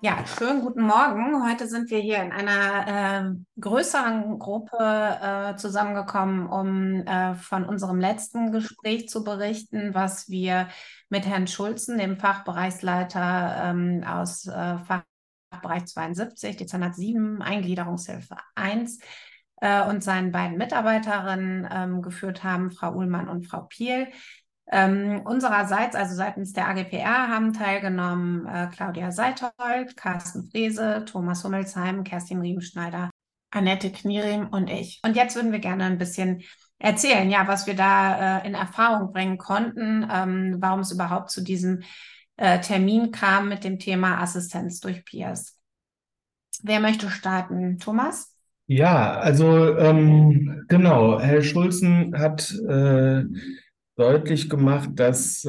Ja, schönen guten Morgen. Heute sind wir hier in einer größeren Gruppe zusammengekommen, um von unserem letzten Gespräch zu berichten, was wir mit Herrn Schulzen, dem Fachbereichsleiter aus Fachbereich 72, Dezernat 7, Eingliederungshilfe 1 und seinen beiden Mitarbeiterinnen geführt haben, Frau Uhlmann und Frau Piel. Unsererseits, also seitens der AGPR, haben teilgenommen Claudia Seithold, Carsten Frese, Thomas Hummelsheim, Kerstin Riemenschneider, Annette Knierim und ich. Und jetzt würden wir gerne ein bisschen erzählen, ja, was wir da in Erfahrung bringen konnten, warum es überhaupt zu diesem Termin kam mit dem Thema Assistenz durch Peers. Wer möchte starten? Thomas? Ja, also genau, Herr Schulzen hat deutlich gemacht, dass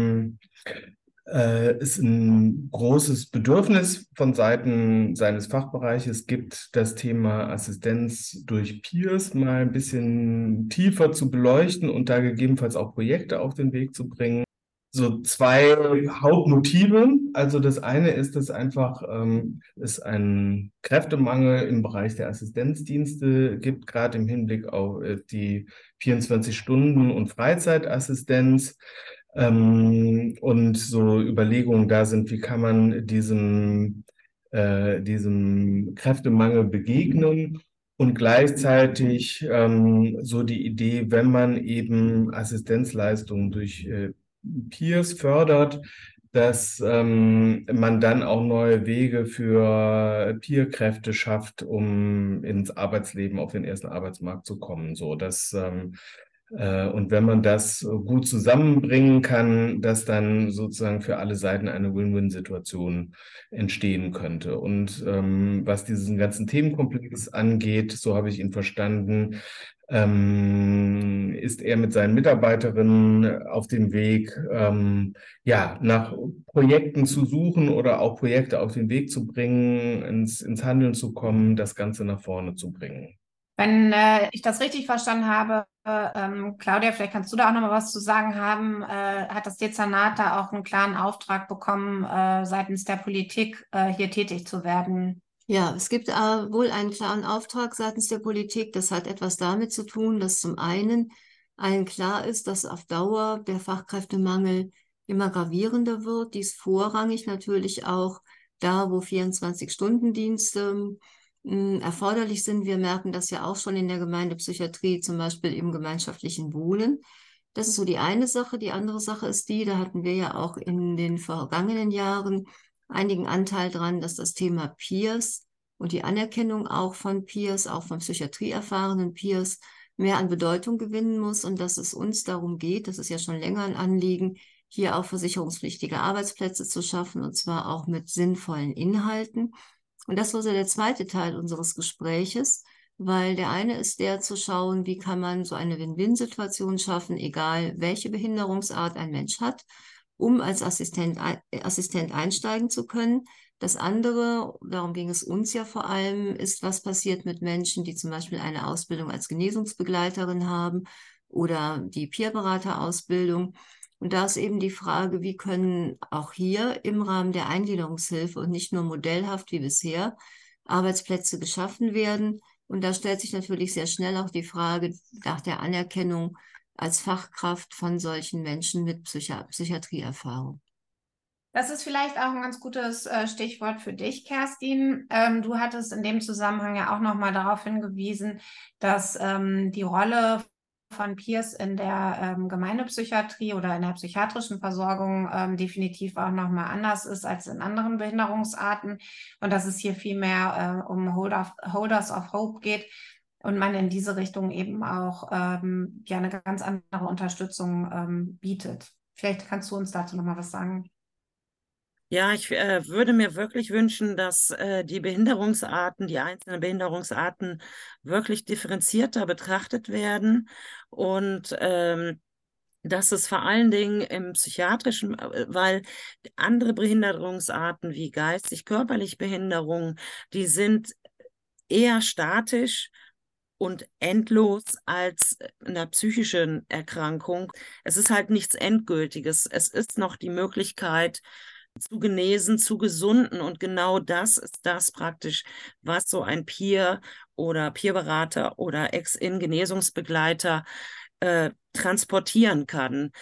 es ein großes Bedürfnis von Seiten seines Fachbereiches gibt, das Thema Assistenz durch Peers mal ein bisschen tiefer zu beleuchten und da gegebenenfalls auch Projekte auf den Weg zu bringen. So zwei Hauptmotive. Also das eine ist, dass einfach es einen Kräftemangel im Bereich der Assistenzdienste gibt, gerade im Hinblick auf die 24 Stunden- und Freizeitassistenz. Und so Überlegungen da sind, wie kann man diesem Kräftemangel begegnen. Und gleichzeitig so die Idee, wenn man eben Assistenzleistungen durch Peers fördert, dass man dann auch neue Wege für Peerkräfte schafft, um ins Arbeitsleben auf den ersten Arbeitsmarkt zu kommen. Und wenn man das gut zusammenbringen kann, dass dann sozusagen für alle Seiten eine Win-Win-Situation entstehen könnte. Und was diesen ganzen Themenkomplex angeht, so habe ich ihn verstanden, ist er mit seinen Mitarbeiterinnen auf dem Weg, ja, nach Projekten zu suchen oder auch Projekte auf den Weg zu bringen, ins Handeln zu kommen, das Ganze nach vorne zu bringen. Wenn ich das richtig verstanden habe, Claudia, vielleicht kannst du da auch noch mal was zu sagen haben, hat das Dezernat da auch einen klaren Auftrag bekommen, seitens der Politik, hier tätig zu werden? Ja, es gibt wohl einen klaren Auftrag seitens der Politik. Das hat etwas damit zu tun, dass zum einen allen klar ist, dass auf Dauer der Fachkräftemangel immer gravierender wird. Dies vorrangig natürlich auch da, wo 24-Stunden-Dienste erforderlich sind. Wir merken das ja auch schon in der Gemeindepsychiatrie, zum Beispiel im gemeinschaftlichen Wohnen. Das ist so die eine Sache. Die andere Sache ist die, da hatten wir ja auch in den vergangenen Jahren einigen Anteil dran, dass das Thema Peers und die Anerkennung auch von Peers, auch von psychiatrieerfahrenen Peers, mehr an Bedeutung gewinnen muss und dass es uns darum geht, das ist ja schon länger ein Anliegen, hier auch versicherungspflichtige Arbeitsplätze zu schaffen und zwar auch mit sinnvollen Inhalten. Und das war so der zweite Teil unseres Gespräches, weil der eine ist der zu schauen, wie kann man so eine Win-Win-Situation schaffen, egal welche Behinderungsart ein Mensch hat, um als Assistent einsteigen zu können. Das andere, darum ging es uns ja vor allem, ist, was passiert mit Menschen, die zum Beispiel eine Ausbildung als Genesungsbegleiterin haben oder die Peerberaterausbildung. Und da ist eben die Frage, wie können auch hier im Rahmen der Eingliederungshilfe und nicht nur modellhaft wie bisher Arbeitsplätze geschaffen werden. Und da stellt sich natürlich sehr schnell auch die Frage nach der Anerkennung als Fachkraft von solchen Menschen mit Psychiatrieerfahrung. Das ist vielleicht auch ein ganz gutes Stichwort für dich, Kerstin. Du hattest in dem Zusammenhang ja auch nochmal darauf hingewiesen, dass die Rolle von Peers in der Gemeindepsychiatrie oder in der psychiatrischen Versorgung definitiv auch nochmal anders ist als in anderen Behinderungsarten und dass es hier viel mehr um Holders of Hope geht und man in diese Richtung eben auch ja eine ganz andere Unterstützung bietet. Vielleicht kannst du uns dazu nochmal was sagen. Ja, ich würde mir wirklich wünschen, dass die einzelnen Behinderungsarten wirklich differenzierter betrachtet werden und dass es vor allen Dingen im psychiatrischen, weil andere Behinderungsarten wie geistig-körperlich Behinderung, die sind eher statisch und endlos als eine psychische Erkrankung. Es ist halt nichts Endgültiges. Es ist noch die Möglichkeit, zu genesen, zu gesunden. Und genau das ist das praktisch, was so ein Peer oder Peerberater oder Ex-In-Genesungsbegleiter transportieren kann.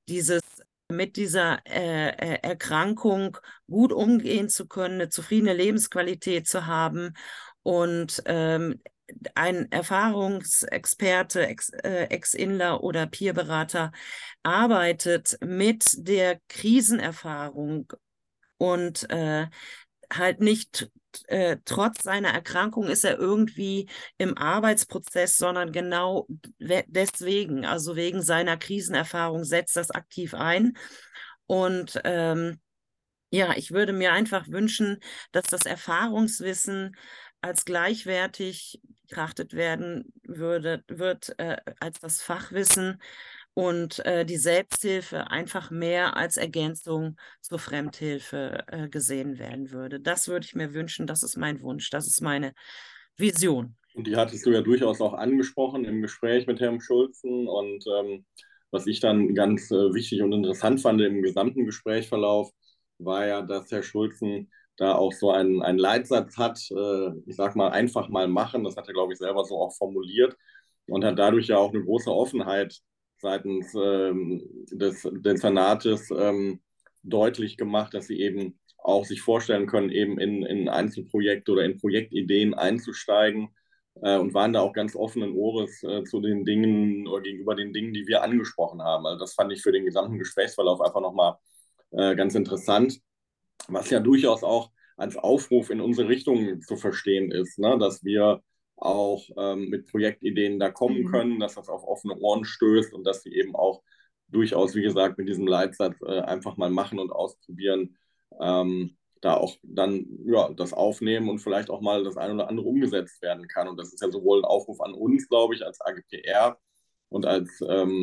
Mit dieser Erkrankung gut umgehen zu können, eine zufriedene Lebensqualität zu haben und ein Erfahrungsexperte, Ex-Inler oder Peerberater arbeitet mit der Krisenerfahrung und halt nicht trotz seiner Erkrankung ist er irgendwie im Arbeitsprozess, sondern genau deswegen, also wegen seiner Krisenerfahrung, setzt das aktiv ein. Und ja, ich würde mir einfach wünschen, dass das Erfahrungswissen als gleichwertig betrachtet werden wird als das Fachwissen und die Selbsthilfe einfach mehr als Ergänzung zur Fremdhilfe gesehen werden würde. Das würde ich mir wünschen, das ist mein Wunsch, das ist meine Vision. Und die hattest du ja durchaus auch angesprochen im Gespräch mit Herrn Schulzen. Und was ich dann ganz wichtig und interessant fand im gesamten Gesprächsverlauf, war ja, dass Herr Schulzen da auch so einen Leitsatz hat, ich sag mal, einfach mal machen. Das hat er, glaube ich, selber so auch formuliert und hat dadurch ja auch eine große Offenheit seitens des Dezernates deutlich gemacht, dass sie eben auch sich vorstellen können, eben in Einzelprojekte oder in Projektideen einzusteigen und waren da auch ganz offenen Ohres zu den Dingen oder gegenüber den Dingen, die wir angesprochen haben. Also das fand ich für den gesamten Gesprächsverlauf einfach nochmal ganz interessant, was ja durchaus auch als Aufruf in unsere Richtung zu verstehen ist, ne? Dass wir auch mit Projektideen da kommen können, dass das auf offene Ohren stößt und dass sie eben auch durchaus, wie gesagt, mit diesem Leitsatz einfach mal machen und ausprobieren, da auch dann ja, das aufnehmen und vielleicht auch mal das eine oder andere umgesetzt werden kann. Und das ist ja sowohl ein Aufruf an uns, glaube ich, als AGPR und als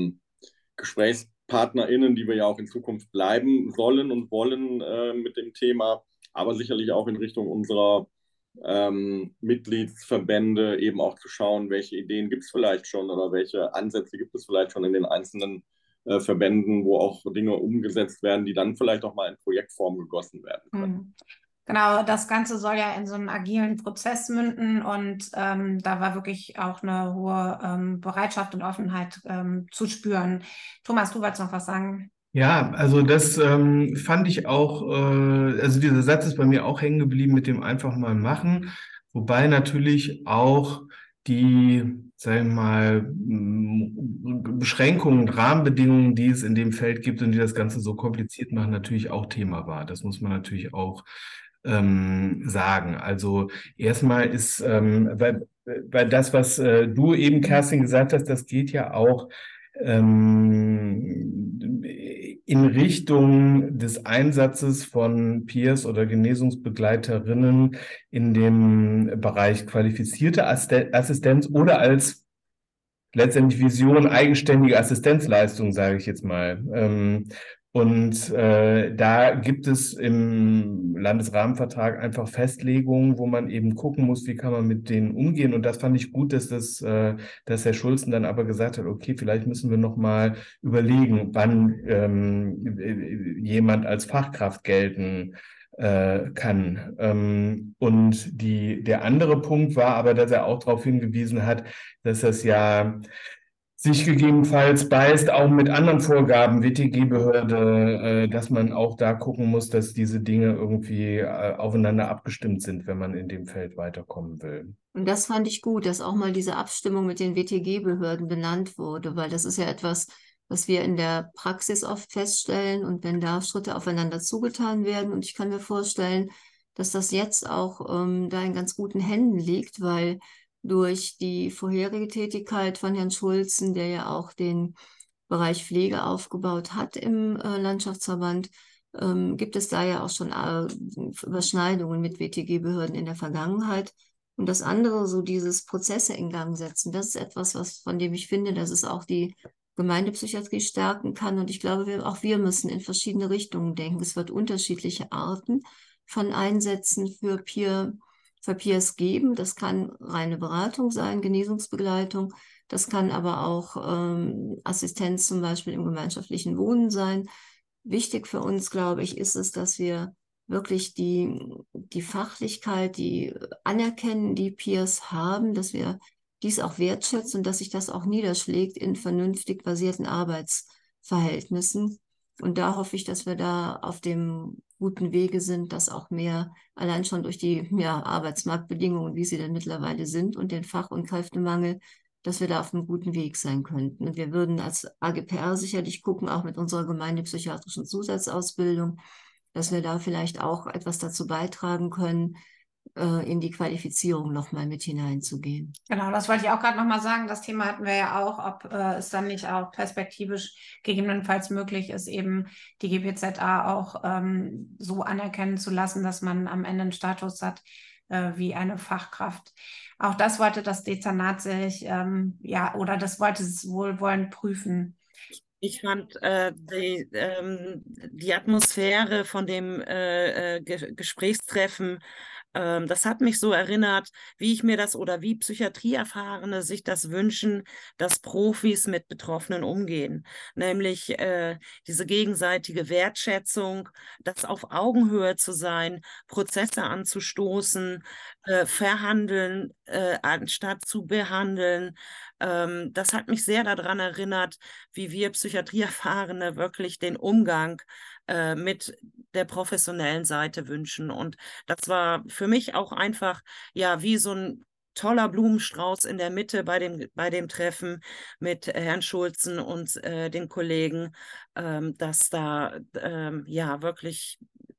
GesprächspartnerInnen, die wir ja auch in Zukunft bleiben sollen und wollen mit dem Thema, aber sicherlich auch in Richtung unserer Mitgliedsverbände eben auch zu schauen, welche Ideen gibt es vielleicht schon oder welche Ansätze gibt es vielleicht schon in den einzelnen Verbänden, wo auch Dinge umgesetzt werden, die dann vielleicht auch mal in Projektform gegossen werden können. Genau, das Ganze soll ja in so einen agilen Prozess münden und da war wirklich auch eine hohe Bereitschaft und Offenheit zu spüren. Thomas, du wolltest noch was sagen? Ja, also das fand ich auch, also dieser Satz ist bei mir auch hängen geblieben mit dem einfach mal machen, wobei natürlich auch die, sagen wir mal, Beschränkungen, Rahmenbedingungen, die es in dem Feld gibt und die das Ganze so kompliziert machen, natürlich auch Thema war. Das muss man natürlich auch sagen. Also erstmal ist, weil das, was du eben, Kerstin, gesagt hast, das geht ja auch in Richtung des Einsatzes von Peers oder Genesungsbegleiterinnen in dem Bereich qualifizierte Assistenz oder als letztendlich Vision eigenständige Assistenzleistung, sage ich jetzt mal. Da gibt es im Landesrahmenvertrag einfach Festlegungen, wo man eben gucken muss, wie kann man mit denen umgehen. Und das fand ich gut, dass dass Herr Schulzen dann aber gesagt hat, okay, vielleicht müssen wir noch mal überlegen, wann jemand als Fachkraft gelten kann. Und der andere Punkt war aber, dass er auch darauf hingewiesen hat, dass das ja sich gegebenenfalls beißt, auch mit anderen Vorgaben, WTG-Behörde, dass man auch da gucken muss, dass diese Dinge irgendwie aufeinander abgestimmt sind, wenn man in dem Feld weiterkommen will. Und das fand ich gut, dass auch mal diese Abstimmung mit den WTG-Behörden benannt wurde, weil das ist ja etwas, was wir in der Praxis oft feststellen und wenn da Schritte aufeinander zugetan werden. Und ich kann mir vorstellen, dass das jetzt auch da in ganz guten Händen liegt, weil durch die vorherige Tätigkeit von Herrn Schulzen, der ja auch den Bereich Pflege aufgebaut hat im Landschaftsverband, gibt es da ja auch schon Überschneidungen mit WTG-Behörden in der Vergangenheit. Und das andere, so dieses Prozesse in Gang setzen, das ist etwas, von dem ich finde, dass es auch die Gemeindepsychiatrie stärken kann. Und ich glaube, auch wir müssen in verschiedene Richtungen denken. Es wird unterschiedliche Arten von Einsätzen für Peers geben. Das kann reine Beratung sein, Genesungsbegleitung. Das kann aber auch Assistenz zum Beispiel im gemeinschaftlichen Wohnen sein. wichtig für uns, glaube ich, ist es, dass wir wirklich die Fachlichkeit, die anerkennen, die Peers haben, dass wir dies auch wertschätzen und dass sich das auch niederschlägt in vernünftig basierten Arbeitsverhältnissen. Und da hoffe ich, dass wir da auf dem guten Wege sind, dass auch mehr, allein schon durch die Arbeitsmarktbedingungen, wie sie denn mittlerweile sind und den Fach- und Kräftemangel, dass wir da auf einem guten Weg sein könnten. Und wir würden als AGPR sicherlich gucken, auch mit unserer gemeindepsychiatrischen Zusatzausbildung, dass wir da vielleicht auch etwas dazu beitragen können, in die Qualifizierung nochmal mit hineinzugehen. Genau, das wollte ich auch gerade nochmal sagen. Das Thema hatten wir ja auch, ob es dann nicht auch perspektivisch gegebenenfalls möglich ist, eben die GPZA auch so anerkennen zu lassen, dass man am Ende einen Status hat wie eine Fachkraft. Auch das wollte das Dezernat sich, oder das wollte es wohlwollend prüfen. Ich fand die Atmosphäre von dem Gesprächstreffen, das hat mich so erinnert, wie ich mir das oder wie Psychiatrieerfahrene sich das wünschen, dass Profis mit Betroffenen umgehen. Nämlich diese gegenseitige Wertschätzung, das auf Augenhöhe zu sein, Prozesse anzustoßen, verhandeln, anstatt zu behandeln. Das hat mich sehr daran erinnert, wie wir Psychiatrieerfahrene wirklich den Umgang mit der professionellen Seite wünschen. Und das war für mich auch einfach, ja, wie so ein toller Blumenstrauß in der Mitte bei dem Treffen mit Herrn Schulzen und den Kollegen, dass da ja wirklich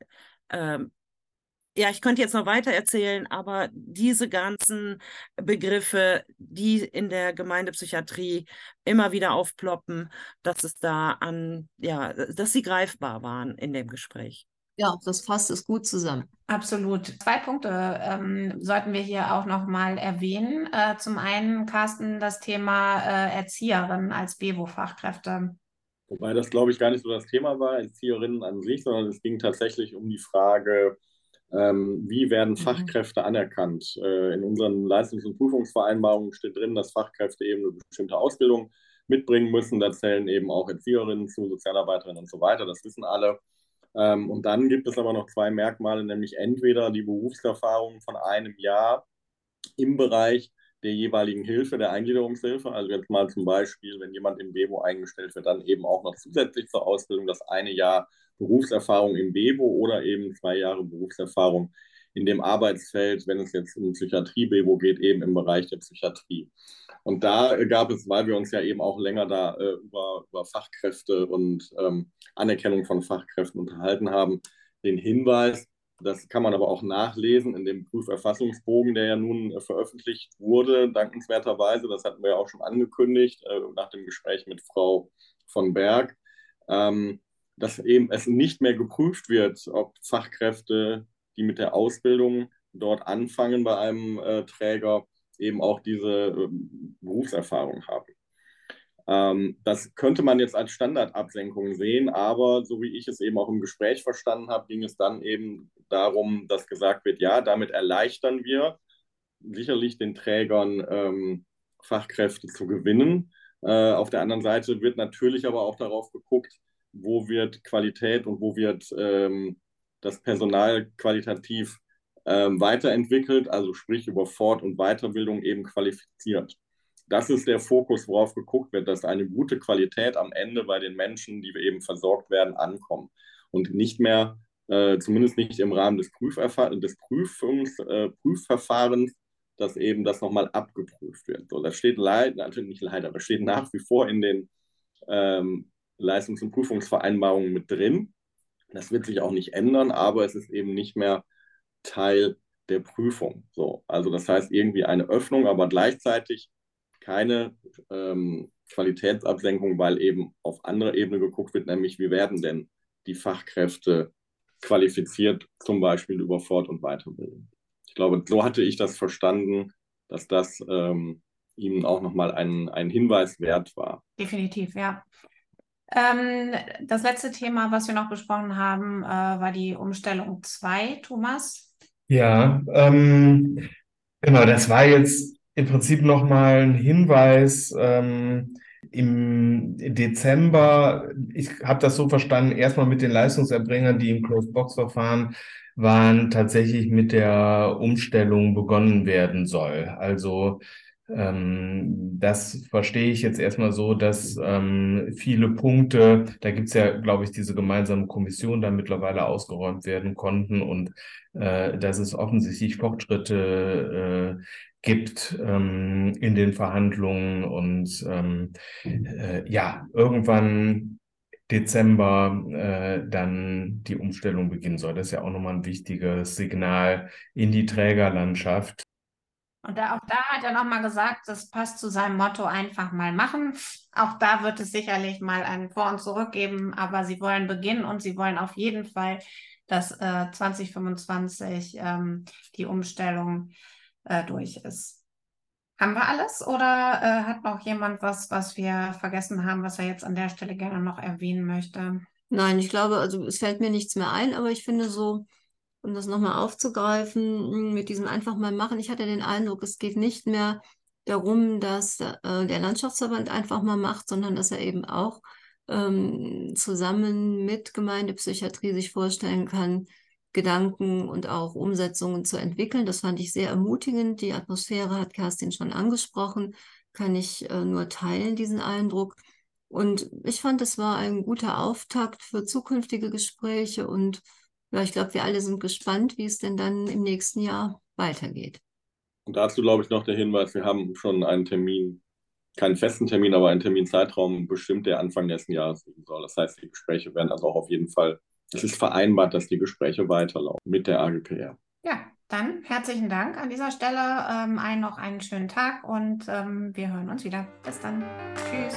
ja, ich könnte jetzt noch weiter erzählen, aber diese ganzen Begriffe, die in der Gemeindepsychiatrie immer wieder aufploppen, dass es da dass sie greifbar waren in dem Gespräch. Ja, das fasst es gut zusammen. Absolut. 2 Punkte sollten wir hier auch nochmal erwähnen. Zum einen, Carsten, das Thema Erzieherin als BEWO-Fachkräfte. Wobei das, glaube ich, gar nicht so das Thema war, Erzieherinnen an sich, sondern es ging tatsächlich um die Frage, wie werden Fachkräfte anerkannt? In unseren Leistungs- und Prüfungsvereinbarungen steht drin, dass Fachkräfte eben eine bestimmte Ausbildung mitbringen müssen. Da zählen eben auch Erzieherinnen zu, Sozialarbeiterinnen und so weiter. Das wissen alle. Und dann gibt es aber noch 2 Merkmale, nämlich entweder die Berufserfahrung von einem Jahr im Bereich der jeweiligen Hilfe, der Eingliederungshilfe. Also jetzt mal zum Beispiel, wenn jemand im BEWO eingestellt wird, dann eben auch noch zusätzlich zur Ausbildung das eine Jahr Berufserfahrung im BEWO oder eben 2 Jahre Berufserfahrung in dem Arbeitsfeld, wenn es jetzt um Psychiatrie-BEWO geht, eben im Bereich der Psychiatrie. Und da gab es, weil wir uns ja eben auch länger da über Fachkräfte und Anerkennung von Fachkräften unterhalten haben, den Hinweis, das kann man aber auch nachlesen in dem Prüferfassungsbogen, der ja nun veröffentlicht wurde, dankenswerterweise. Das hatten wir ja auch schon angekündigt nach dem Gespräch mit Frau von Berg, dass eben es nicht mehr geprüft wird, ob Fachkräfte, die mit der Ausbildung dort anfangen bei einem Träger, eben auch diese Berufserfahrung haben. Das könnte man jetzt als Standardabsenkung sehen, aber so wie ich es eben auch im Gespräch verstanden habe, ging es dann eben darum, dass gesagt wird, ja, damit erleichtern wir sicherlich den Trägern Fachkräfte zu gewinnen. Auf der anderen Seite wird natürlich aber auch darauf geguckt, wo wird Qualität und wo wird das Personal qualitativ weiterentwickelt, also sprich über Fort- und Weiterbildung eben qualifiziert. Das ist der Fokus, worauf geguckt wird, dass eine gute Qualität am Ende bei den Menschen, die eben versorgt werden, ankommt. Und nicht mehr, zumindest nicht im Rahmen des Prüfverfahrens, dass eben das nochmal abgeprüft wird. So, das steht natürlich nicht leider, das steht nach wie vor in den Leistungs- und Prüfungsvereinbarungen mit drin. Das wird sich auch nicht ändern, aber es ist eben nicht mehr Teil der Prüfung. So, also das heißt irgendwie eine Öffnung, aber gleichzeitig keine Qualitätsabsenkung, weil eben auf anderer Ebene geguckt wird, nämlich wie werden denn die Fachkräfte qualifiziert, zum Beispiel über Fort- und Weiterbildung. Ich glaube, so hatte ich das verstanden, dass das ihm auch nochmal ein Hinweis wert war. Definitiv, ja. Das letzte Thema, was wir noch besprochen haben, war die Umstellung 2, Thomas. Ja, genau, das war jetzt im Prinzip nochmal ein Hinweis, Im Dezember, ich habe das so verstanden, erstmal mit den Leistungserbringern, die im Closed-Box-Verfahren waren, tatsächlich mit der Umstellung begonnen werden soll. Also das verstehe ich jetzt erstmal so, dass viele Punkte, da gibt es ja, glaube ich, diese gemeinsame Kommission, da mittlerweile ausgeräumt werden konnten und dass es offensichtlich Fortschritte gibt in den Verhandlungen und ja, irgendwann Dezember dann die Umstellung beginnen soll. Das ist ja auch nochmal ein wichtiges Signal in die Trägerlandschaft. Und auch da hat er nochmal gesagt, das passt zu seinem Motto, einfach mal machen. Auch da wird es sicherlich mal ein Vor und Zurück geben, aber sie wollen beginnen und sie wollen auf jeden Fall, dass 2025 die Umstellung durch ist. Haben wir alles oder hat noch jemand was wir vergessen haben, was er jetzt an der Stelle gerne noch erwähnen möchte? Nein, ich glaube, also es fällt mir nichts mehr ein, aber ich finde so, um das nochmal aufzugreifen, mit diesem einfach mal machen, ich hatte den Eindruck, es geht nicht mehr darum, dass der Landschaftsverband einfach mal macht, sondern dass er eben auch zusammen mit Gemeindepsychiatrie sich vorstellen kann, Gedanken und auch Umsetzungen zu entwickeln. Das fand ich sehr ermutigend. Die Atmosphäre hat Kerstin schon angesprochen, kann ich nur teilen, diesen Eindruck. Und ich fand, es war ein guter Auftakt für zukünftige Gespräche und ja, ich glaube, wir alle sind gespannt, wie es denn dann im nächsten Jahr weitergeht. Und dazu glaube ich noch der Hinweis, wir haben schon einen Termin, keinen festen Termin, aber einen Terminzeitraum bestimmt, der Anfang nächsten Jahres liegen soll. Das heißt, die Gespräche werden also auch auf jeden Fall, es ist vereinbart, dass die Gespräche weiterlaufen mit der AGPR. Ja, dann herzlichen Dank an dieser Stelle. Noch einen schönen Tag und wir hören uns wieder. Bis dann. Tschüss.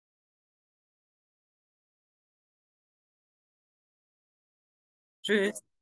Tschüss.